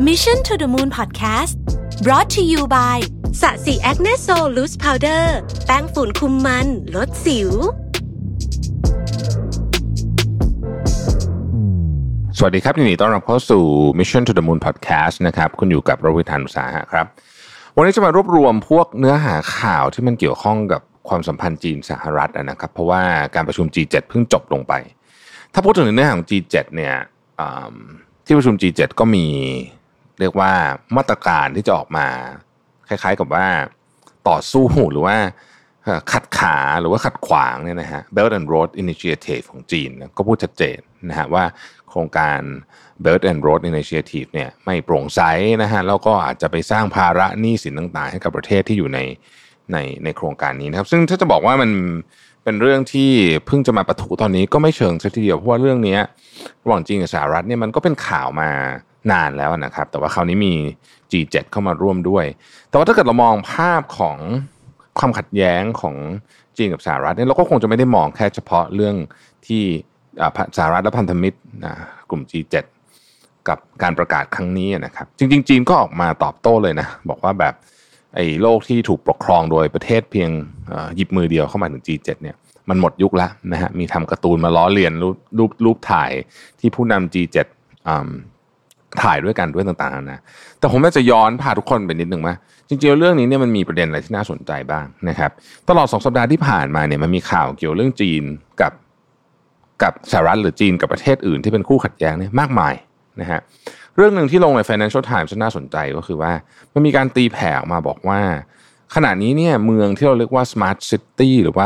Mission to the Moon Podcast brought to you by สะสีแอคเนสโซลูสพาวเดอร์แป้งฝุ่นคุมมันลดสิวสวัสดีครับยินดีต้อนรับเข้าสู่ Mission to the Moon Podcast นะครับคุณอยู่กับรวิธานอุตสาหะครับวันนี้จะมารวบรวมพวกเนื้อหาข่าวที่มันเกี่ยวข้องกับความสัมพันธ์จีนสหรัฐนะครับเพราะว่าการประชุม G7 เพิ่งจบลงไปถ้าพูดถึงเนื้อหาของ G7 เนี่ยที่ประชุม G7 ก็มีเรียกว่ามาตรการที่จะออกมาคล้ายๆกับว่าต่อสู้หรือว่าขัดขาหรือว่าขัดขวางเนี่ยนะฮะ Belt and Road Initiative ของจีนก็พูดชัดเจนนะฮะว่าโครงการ Belt and Road Initiative เนี่ยไม่โปร่งใสนะฮะแล้วก็อาจจะไปสร้างภาระหนี้สินต่างๆให้กับประเทศที่อยู่ในโครงการนี้นะครับซึ่งถ้าจะบอกว่ามันเป็นเรื่องที่เพิ่งจะมาปะทุตอนนี้ก็ไม่เชิงซะทีเดียวเพราะว่าเรื่องนี้ระหว่างจีนกับสหรัฐเนี่ยมันก็เป็นข่าวมานานแล้วนะครับแต่ว่าคราวนี้มี G7 เข้ามาร่วมด้วยแต่ว่าถ้าเกิดเรามองภาพของความขัดแย้งของจีนกับสหรัฐเนี่ยเราก็คงจะไม่ได้มองแค่เฉพาะเรื่องที่สหรัฐและพันธมิตรกลุ่ม G7 กับการประกาศครั้งนี้นะครับจริงๆจีนก็ออกมาตอบโต้เลยนะบอกว่าแบบไอ้โลกที่ถูกปกครองโดยประเทศเพียงหยิบมือเดียวเข้ามาถึง G7 เนี่ยมันหมดยุคแล้วนะฮะมีทำการ์ตูนมาล้อเลียนรูปถ่ายที่ผู้นำ G7 ถ่ายด้วยกันด้วยต่างๆนะแต่ผมจะย้อนพาทุกคนไปนิดนึงว่าจริงๆเรื่องนี้เนี่ยมันมีประเด็นอะไรที่น่าสนใจบ้างนะครับตลอด2สัปดาห์ที่ผ่านมาเนี่ยมันมีข่าวเกี่ยวเรื่องจีนกับสหรัฐหรือจีนกับประเทศอื่นที่เป็นคู่ขัดแย้งเนี่ยมากมายนะฮะเรื่องหนึ่งที่ลงใน Financial Times น่าสนใจก็คือว่ามันมีการตีแผ่ออกมาบอกว่าขณะนี้เนี่ยเมืองที่เราเรียกว่า Smart City หรือว่า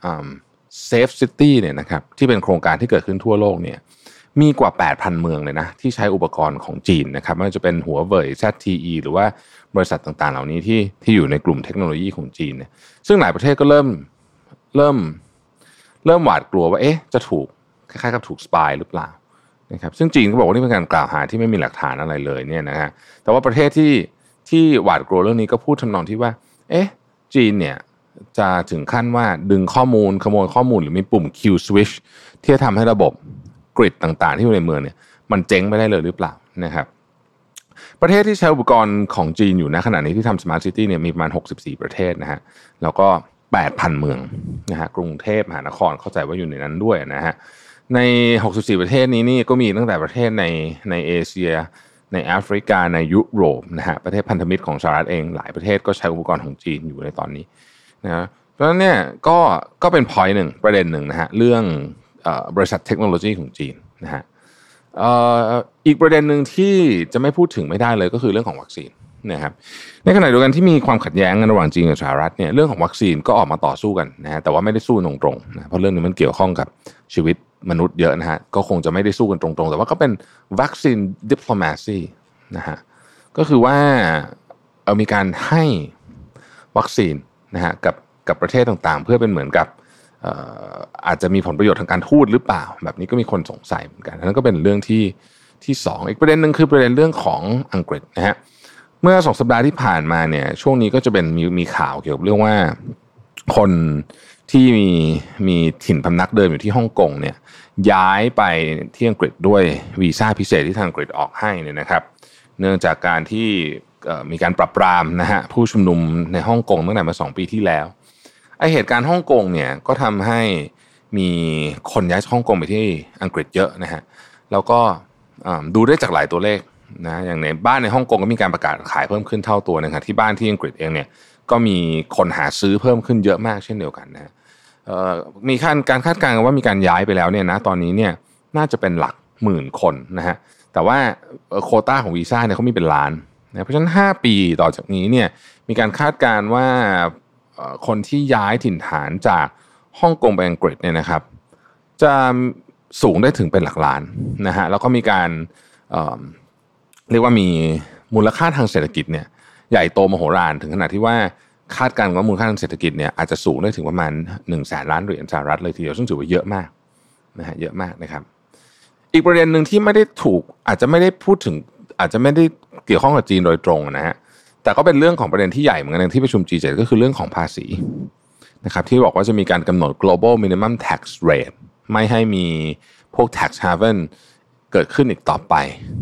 Safe City เนี่ยนะครับที่เป็นโครงการที่เกิดขึ้นทั่วโลกเนี่ยมีกว่า 8,000 เมืองเลยนะที่ใช้อุปกรณ์ของจีนนะครับไม่ว่าจะเป็นหัวเว่ย ZTE หรือว่าบริษัทต่างๆเหล่านี้ที่อยู่ในกลุ่มเทคโนโลยีของจีนเนี่ยซึ่งหลายประเทศก็เริ่มหวาดกลัวว่าจะถูกคล้ายๆกับถูกสปายหรือเปล่านะครับซึ่งจีนก็บอกว่านี่เป็นการกล่าวหาที่ไม่มีหลักฐานอะไรเลยเนี่ยนะฮะแต่ว่าประเทศที่หวาดกลัวเรื่องนี้ก็พูดทำนองที่ว่าจีนเนี่ยจะถึงขั้นว่าดึงข้อมูลขโมยข้อมูลหรือมีปุ่ม Kill Switch ที่จะทำให้ระบบกริดต่างๆที่อยู่ในเมืองเนี่ยมันเจ๊งไม่ได้เลยหรือเปล่านะครับประเทศที่ใช้อุปกรณ์ของจีนอยู่ณขณะนี้ที่ทำ Smart City เนี่ยมีประมาณ64ประเทศนะฮะแล้วก็ 8,000 เมืองนะฮะกรุงเทพมหานครเข้าใจว่าอยู่ในนั้นด้วยนะฮะใน64ประเทศนี้นี่ก็มีตั้งแต่ประเทศในเอเชียในแอฟริกาในยุโรปนะฮะประเทศพันธมิตรของสหรัฐเองหลายประเทศก็ใช้อุปกรณ์ของจีนอยู่ในตอนนี้นะเพราะฉะนั้นเนี่ยก็เป็น point หนึ่งประเด็นหนึ่งนะฮะเรื่องบริษัทเทคโนโลยีของจีนนะฮะอีกประเด็นหนึ่งที่จะไม่พูดถึงไม่ได้เลยก็คือเรื่องของวัคซีนนะครับในขณะเดียวกันที่มีความขัดแย้งระหว่างจีนกับสหรัฐเนี่ยเรื่องของวัคซีนก็ออกมาต่อสู้กันนะฮะแต่ว่าไม่ได้สู้ตรงๆนะเพราะเรื่องนี้มันเกี่ยวข้องกับชีวิตมนุษย์เยอะนะฮะก็คงจะไม่ได้สู้กันตรงๆแต่ว่าก็เป็นวัคซีนดิปโลมาซีนะฮะก็คือว่ามีการให้วัคซีนนะฮะกับประเทศต่างๆเพื่อเป็นเหมือนกับอาจจะมีผลประโยชน์ทางการทูตหรือเปล่าแบบนี้ก็มีคนสงสัยเหมือนกันนั่นก็เป็นเรื่องที่สองอีกประเด็นนึงคือประเด็นเรื่องของอังกฤษนะฮะเมื่อ2สัปดาห์ที่ผ่านมาเนี่ยช่วงนี้ก็จะเป็นมีข่าวเกี่ยวกับเรื่องว่าคนที่มีถิ่นพำนักเดิมอยู่ที่ฮ่องกงเนี่ยย้ายไปที่อังกฤษด้วยวีซ่าพิเศษที่ทางอังกฤษออกให้เนี่ยนะครับเนื่องจากการที่มีการปราบปรามนะฮะผู้ชุมนุมในฮ่องกงตั้งแต่มา2ปีที่แล้วเหตุการณ์ฮ่องกงเนี่ยก็ทำให้มีคนย้ายฮ่องกงไปที่อังกฤษเยอะนะฮะแล้วก็ดูได้จากหลายตัวเลขนะอย่างในบ้านในฮ่องกงก็มีการประกาศขายเพิ่มขึ้นเท่าตัวนะครับที่บ้านที่อังกฤษเองเนี่ยก็มีคนหาซื้อเพิ่มขึ้นเยอะมากเช่นเดียวกันนะมีการคาดการณ์ว่ามีการย้ายไปแล้วเนี่ยนะตอนนี้เนี่ยน่าจะเป็นหลักหมื่นคนนะฮะแต่ว่าโควต้าของวีซ่าเนี่ยเขามีเป็นล้านนะเพราะฉะนั้น5ปีต่อจากนี้เนี่ยมีการคาดการณ์ว่าคนที่ย้ายถิ่นฐานจากฮ่องกงไปอังกฤษเนี่ยนะครับจะสูงได้ถึงเป็นหลักล้านนะฮะแล้วก็มีการเรียกว่ามีมูลค่าทางเศรษฐกิจเนี่ยใหญ่โตมโหฬารถึงขนาดที่ว่าคาดการณ์ว่ามูลค่าทางเศรษฐกิจเนี่ยอาจจะสูงได้ถึงประมาณ 100,000 ล้านเหรียญสหรัฐเลยทีเดียวซึ่งถือว่าเยอะมากนะฮะเยอะมากนะครับอีกประเด็นหนึ่งที่ไม่ได้ถูกอาจจะไม่ได้พูดถึงอาจจะไม่ได้เกี่ยวข้องกับจีนโดยตรงนะฮะแต่ก็เป็นเรื่องของประเด็นที่ใหญ่เหมือนกันที่ประชุม G7 ก็คือเรื่องของภาษีนะครับที่บอกว่าจะมีการกำหนด global minimum tax rate ไม่ให้มีพวก tax haven เกิดขึ้นอีกต่อไป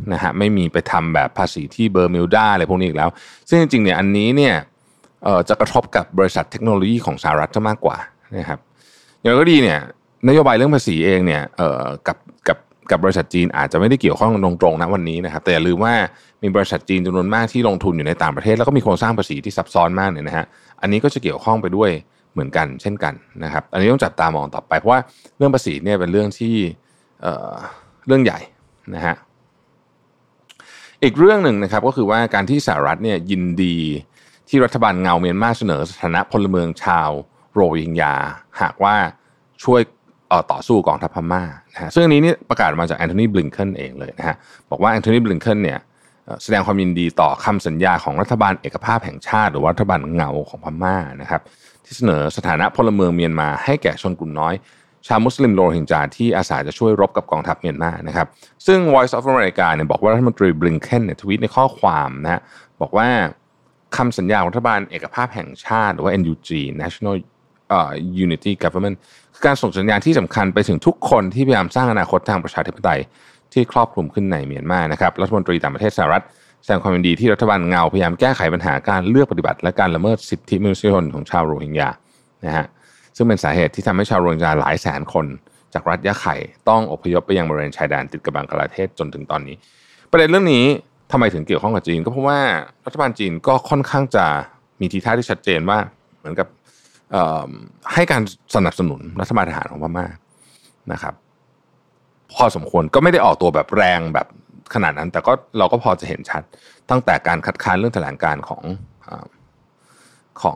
นะฮะไม่มีไปทำแบบภาษีที่เบอร์มิวดาอะไรพวกนี้อีกแล้วซึ่งจริงๆเนี่ยอันนี้เนี่ยจะกระทบกับบริษัทเทคโนโลยีของสหรัฐจะมากกว่านะครับอย่างไรก็ดีเนี่ยนโยบายเรื่องภาษีเองเนี่ยกับบริษัทจีนอาจจะไม่ได้เกี่ยวข้องตรงๆนะวันนี้นะครับแต่อย่าลืมว่ามีบริษัทจีนจำนวนมากที่ลงทุนอยู่ในต่างประเทศแล้วก็มีโครงสร้างภาษีที่ซับซ้อนมากเนี่ยนะฮะอันนี้ก็จะเกี่ยวข้องไปด้วยเหมือนกันเช่นกันนะครับอันนี้ต้องจับตามองต่อไปเพราะว่าเรื่องภาษีเนี่ยเป็นเรื่องที่เรื่องใหญ่นะฮะอีกเรื่องหนึ่งนะครับก็คือว่าการที่สหรัฐเนี่ยยินดีที่รัฐบาลเงาเมียนมาเสนอสถานะพลเมืองชาวโรฮิงญาหากว่าช่วยต่อสู้กองทัพพม่านะฮะซึ่งอันนี้นี่ประกาศมาจากแอนโทนีบลิงเคนเองเลยนะฮะบอกว่าแอนโทนีบลิงเคนเนี่ยแสดงความยินดีต่อคำสัญญาของรัฐบาลเอกภาพแห่งชาติหรือว่ารัฐบาลเงาของพม่านะครับที่เสนอสถานะพลเมืองเมียนมาให้แก่ชนกลุ่มน้อยชาวมุสลิมโรฮิงญาที่อาสาจะช่วยรบกับกองทัพเมียนมานะครับซึ่ง Voice of America เนี่ยบอกว่ารัฐมนตรีบลิงเคนเนี่ยทวีตในข้อความนะฮะบอกว่าคำสัญญาของรัฐบาลเอกภาพแห่งชาติหรือว่า NUG National Unity Government คือการส่งสัญญาณที่สำคัญไปถึงทุกคนที่พยายามสร้างอนาคตทางประชาธิปไตยที่ครอบคลุมขึ้นในเมียนมานะครับรัฐมนตรีต่างประเทศสหรัฐแสดงความยินดีที่รัฐบาลเงาพยายามแก้ไขปัญหาการเลือกปฏิบัติและการละเมิดสิทธิมนุษยชนของชาวโรฮิงญานะฮะซึ่งเป็นสาเหตุที่ทำให้ชาวโรฮิงญาหลายแสนคนจากรัฐยะไข่ต้องอพยพไปยังบริเวณชายแดนติดกับบังกลาเทศจนถึงตอนนี้ประเด็นเรื่องนี้ทำไมถึงเกี่ยวข้องกับจีนก็เพราะว่ารัฐบาลจีนก็ค่อนข้างจะมีทีท่าที่ชัดเจนว่าเหมือนกับให้การสนับสนุนรัฐบาลทหารของพม่านะครับพอสมควรก็ไม่ได้ออกตัวแบบแรงแบบขนาดนั้นแต่ก็เราก็พอจะเห็นชัดตั้งแต่การคัดค้านเรื่องแถลงการของ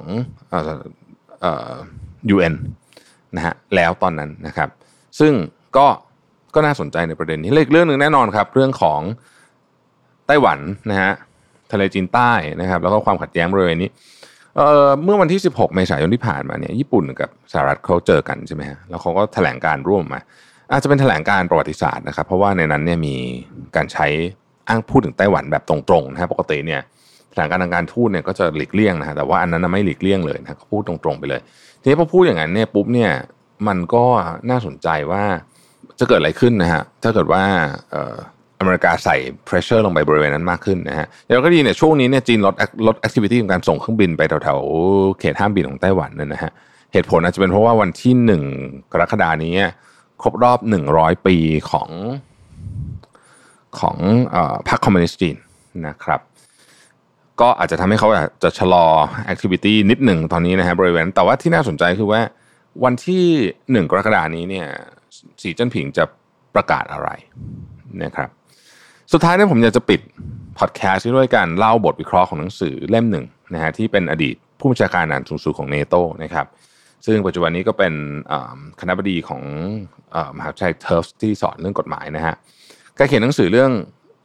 UN นะฮะแล้วตอนนั้นนะครับซึ่งก็น่าสนใจในประเด็นนี้อีกเรื่องนึงแน่นอนครับเรื่องของไต้หวันนะฮะทะเลจีนใต้นะครับแล้วก็ความขัดแย้งบริเวณนี้เมื่อวันที่16เมษายนที่ผ่านมาเนี่ยญี่ปุ่นกับสหรัฐเขาเจอกันใช่ไหมฮะแล้วเขาก็แถลงการร่วมมาอาจจะเป็นแถลงการประวัติศาสตร์นะครับเพราะว่าในนั้นเนี่ยมีการใช้อ้างพูดถึงไต้หวันแบบตรงๆนะฮะปกติเนี่ยแถลงการทางการทูตเนี่ยก็จะหลีกเลี่ยงนะฮะแต่ว่าอันนั้นไม่หลีกเลี่ยงเลยนะเขาพูดตรงๆไปเลยทีนี้พอพูดอย่างนั้นเนี่ยปุ๊บเนี่ยมันก็น่าสนใจว่าจะเกิดอะไรขึ้นนะฮะถ้าเกิดว่าอเมริกาใส่ pressure ลงไปบริเวณนั้นมากขึ้นนะฮะอย่างก็ดีเนี่ยช่วงนี้เนี่ยจีนลด activity ของการส่งเครื่องบินไปแถวๆเขตห้ามบินของไต้หวันนะฮะเหตุผลอาจจะเป็นเพราะว่าวันที่1กรกฎาคมนี้ครบรอบ100ปีของพรรคคอมมิวนิสต์จีนนะครับก็อาจจะทำให้เขาจะชะลอ activity นิดหนึ่งตอนนี้นะฮะบริเวณแต่ว่าที่น่าสนใจคือว่าวันที่1กรกฎาคมนี้เนี่ยสีจิ้นผิงจะประกาศอะไรนะครับสุดท้ายเนี่ยผมอยากจะปิดพอดแคสต์ด้วยการเล่าบทวิเคราะห์ของหนังสือเล่มหนึ่งนะฮะที่เป็นอดีตผู้บัญชาการทหารสูงสุดของ NATO นะครับซึ่งปัจจุบันนี้ก็เป็นคณบดีของมหาวิทยาลัยเทิร์ฟที่สอนเรื่องกฎหมายนะฮะก็เขียนหนังสือเรื่อง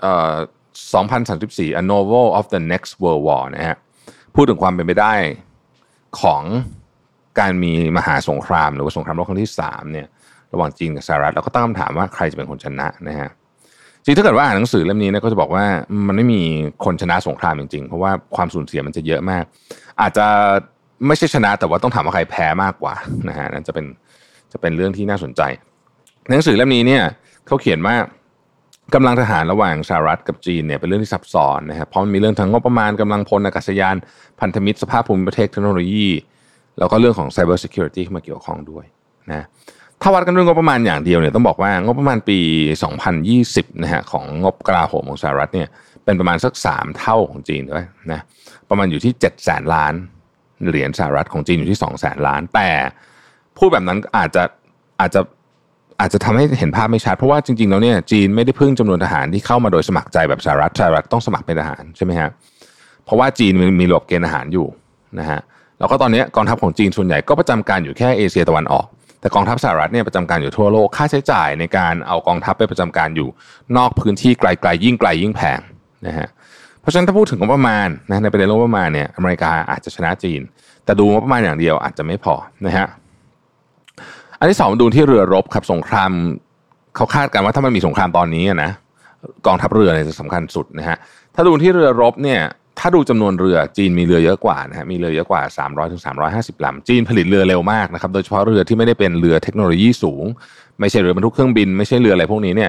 2034 A Novel of the Next World War นะฮะพูดถึงความเป็นไปได้ของการมีมหาสงครามหรือว่าสงครามโลกครั้งที่3เนี่ยระหว่างจีนกับสหรัฐแล้วก็ตั้งคำถามว่าใครจะเป็นคนชนะนะฮะจริงถ้าเกิดว่าอ่านหนังสือเล่มนี้นะก็จะบอกว่ามันไม่มีคนชนะสงครามจริงๆเพราะว่าความสูญเสียมันจะเยอะมากอาจจะไม่ใช่ชนะแต่ว่าต้องถามว่าใครแพ้มากกว่านะฮะนั่นจะเป็นเรื่องที่น่าสนใจหนังสือเล่มนี้เนี่ยเขาเขียนว่ากำลังทหารระหว่างสหรัฐกับจีนเนี่ยเป็นเรื่องที่ซับซ้อนนะครับเพราะมันมีเรื่องทั้งงบประมาณกำลังพลอากาศยานพันธมิตรสภาพภูมิประเทศเทคโนโลยีแล้วก็เรื่องของ Cyber Security เข้ามาเกี่ยวข้องด้วยนะถ้าวัดกันด้วยงบประมาณอย่างเดียวเนี่ยต้องบอกว่างบประมาณปี2020นะฮะของงบกลาโหมของสหรัฐเนี่ยเป็นประมาณสัก3เท่าของจีนด้วยนะประมาณอยู่ที่700,000 ล้านเหรียญสหรัฐของจีนอยู่ที่200,000 ล้านแต่พูดแบบนั้นอาจจะทำให้เห็นภาพไม่ชัดเพราะว่าจริงๆแล้วเนี่ยจีนไม่ได้พึ่งจำนวนทหารที่เข้ามาโดยสมัครใจแบบสหรัฐต้องสมัครเป็นทหารใช่ไหมฮะเพราะว่าจีนมีระบบเกณฑ์ทหารอยู่นะฮะแล้วก็ตอนนี้กองทัพของจีนส่วนใหญ่ก็ประจำการอยู่แค่เอเชียตะวันออกแต่กองทัพสหรัฐเนี่ยประจำการอยู่ทั่วโลกค่าใช้จ่ายในการเอากองทัพไปประจำการอยู่นอกพื้นที่ไกลยิ่งแพงนะฮะเพราะฉะนั้นถ้าพูดถึงงบประมาณนะในประเด็นงบประมาณเนี่ยอเมริกาอาจจะชนะจีนแต่ดูงบประมาณอย่างเดียวอาจจะไม่พอนะฮะอันที่2ดูที่เรือรบครับสงครามเขาคาดกันว่าถ้ามันมีสงครามตอนนี้นะกองทัพเรือเนี่ยจะสำคัญสุดนะฮะถ้าดูที่เรือรบเนี่ยถ้าดูจำนวนเรือจีนมีเรือเยอะกว่านะฮะมีเรือเยอะกว่า300 ถึง 350 ลำจีนผลิตเรือเร็วมากนะครับโดยเฉพาะเรือที่ไม่ได้เป็นเรือเทคโนโลยีสูงไม่ใช่เรือบรรทุกเครื่องบินไม่ใช่เรืออะไรพวกนี้เนี่ย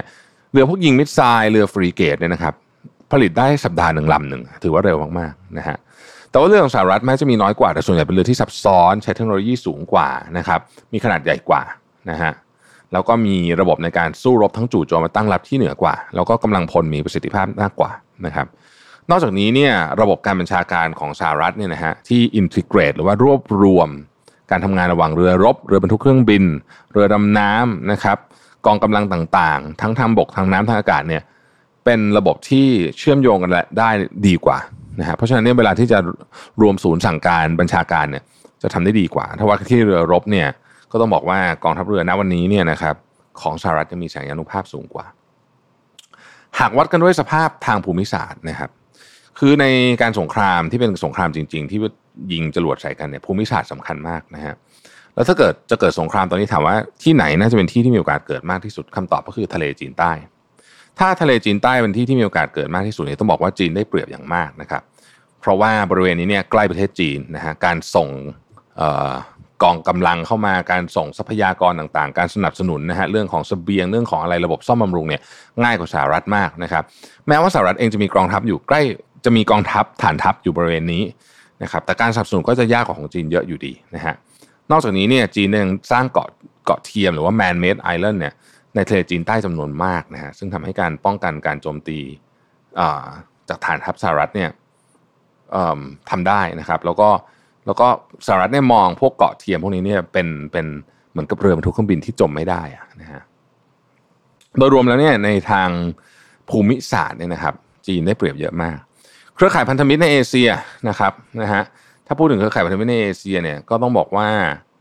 เรือพวกยิงมิสไซล์เรือฟรีเกตเนี่ยนะครับผลิตได้สัปดาห์หนึ่งลำหนึ่งถือว่าเร็วมากๆนะฮะแต่ว่าเรือของสหรัฐแม้จะมีน้อยกว่าแต่ส่วนใหญ่เป็นเรือที่ซับซ้อนใช้เทคโนโลยีสูงกว่านะครับมีขนาดใหญ่กว่านะฮะแล้วก็มีระบบในการสู้รบทั้งจู่โจมและตั้งรับที่เหนือกว่าแล้วก็กำลังพลมีประสิทธิภาพมากกว่านะครับนอกจากนี้เนี่ยระบบการบัญชาการของสหรัฐเนี่ยนะฮะที่อินทิเกรตหรือว่ารวบรวมการทำงานระหว่างเรือรบเรือบรรทุกเครื่องบินเรือดำน้ำนะครับกองกำลังต่างๆทั้งทางบกทางน้ำทางอากาศเนี่ยเป็นระบบที่เชื่อมโยงกันได้ดีกว่านะฮะเพราะฉะนั้นเนี่ยเวลาที่จะรวมศูนย์สั่งการบัญชาการเนี่ยจะทำได้ดีกว่าถ้าว่าที่เรือรบเนี่ยก็ต้องบอกว่ากองทัพเรือณวันนี้เนี่ยนะครับของสหรัฐจะมีแสงยานุภาพสูงกว่าหากวัดกันด้วยสภาพทางภูมิศาสตร์นะครับคือในการสงครามที่เป็นสงครามจริงๆที่ยิงจรวดใส่กันเนี่ยภูมิศาสตร์สำคัญมากนะฮะแล้วถ้าเกิดจะเกิดสงครามตอนนี้ถามว่าที่ไหนน่าจะเป็นที่ที่มีโอกาสเกิดมากที่สุดคำตอบก็คือทะเลจีนใต้ถ้าทะเลจีนใต้เป็นที่ที่มีโอกาสเกิดมากที่สุดเนี่ยต้องบอกว่าจีนได้เปรียบอย่างมากนะครับเพราะว่าบริเวณนี้เนี่ยใกล้ประเทศจีนนะฮะการส่งกองกำลังเข้ามาการส่งทรัพยากรต่างๆการสนับสนุนนะฮะเรื่องของเสบียงเรื่องของอะไรระบบซ่อมบำรุงเนี่ยง่ายกว่าสหรัฐมากนะครับแม้ว่าสหรัฐเองจะมีกองทัพอยู่ใกล้จะมีกองทัพฐานทัพอยู่บริเวณนี้นะครับแต่การสนับสนุนก็จะยากกว่าของจีนเยอะอยู่ดีนะฮะนอกจากนี้เนี่ยจีนยังสร้างเกาะเทียมหรือว่า man-made island เนี่ยในทะเลจีนใต้จำนวนมากนะฮะซึ่งทำให้การป้องกันการโจมตีจากฐานทัพสหรัฐเนี่ยทำได้นะครับแล้วก็สหรัฐเนี่ยมองพวกเกาะเทียมพวกนี้เนี่ยเป็นเหมือนกับเรือบรรทุกเครื่องบินที่จมไม่ได้นะฮะโดยรวมแล้วเนี่ยในทางภูมิศาสตร์เนี่ยนะครับจีนได้เปรียบเยอะมากเครือข่ายพันธมิตรในเอเชียนะครับนะฮะถ้าพูดถึงเครือข่ายพันธมิตรในเอเชียเนี่ยก็ต้องบอกว่า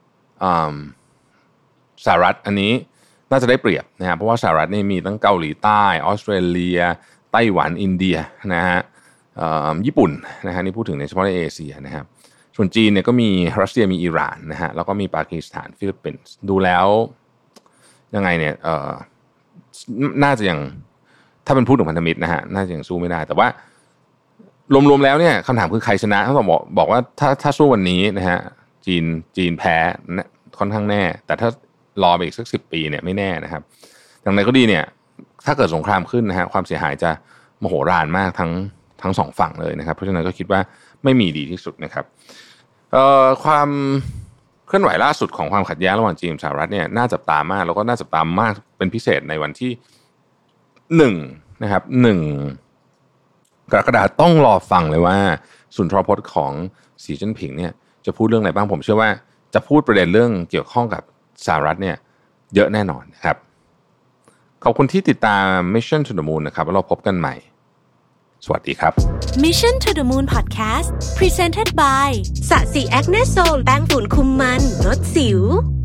สหรัฐอันนี้น่าจะได้เปรียบนะฮะเพราะว่าสหรัฐนี่มีตั้งเกาหลีใต้ออสเตรเลียไต้หวันอินเดียนะฮะญี่ปุ่นนะฮะนี่พูดถึงในเฉพาะในเอเชียนะครับส่วนจีนเนี่ยก็มีรัสเซียมีอิหร่านนะฮะแล้วก็มีปากีสถานฟิลิปปินส์ดูแล้วยังไงเนี่ยน่าจะยังถ้าเป็นพูดถึงพันธมิตรนะฮะน่าจะยังสู้ไม่ได้แต่ว่ารวมๆแล้วเนี่ยคำถามคือใครชนะต้องบอกว่าถ้าสู้วันนี้นะฮะจีนแพ้ค่อนข้างแน่แต่ถ้ารอไปอีกสัก10 ปีเนี่ยไม่แน่นะครับอย่างไรก็ดีเนี่ยถ้าเกิดสงครามขึ้นนะฮะความเสียหายจะมโหฬารมากทั้งสองฝั่งเลยนะครับเพราะฉะนั้นก็คิดว่าไม่มีดีที่สุดนะครับความเคลื่อนไหวล่าสุดของความขัดแย้งระหว่างจีนกับสหรัฐเนี่ยน่าจับตามากแล้วก็น่าจับตามากเป็นพิเศษในวันที่1นะครับ1 กรกฎาคมต้องรอฟังเลยว่าสุนทรพจน์ของสีจิ้นผิงเนี่ยจะพูดเรื่องอะไรบ้างผมเชื่อว่าจะพูดประเด็นเรื่องเกี่ยวข้องกับสหรัฐเนี่ยเยอะแน่นอนนะครับขอบคุณที่ติดตาม Mission to the Moon นะครับแล้วเราพบกันใหม่สวัสดีครับ Mission to the Moon Podcast Presented by สะสีแอคเนสโซลแป้งฝุ่นคุมมันลดสิว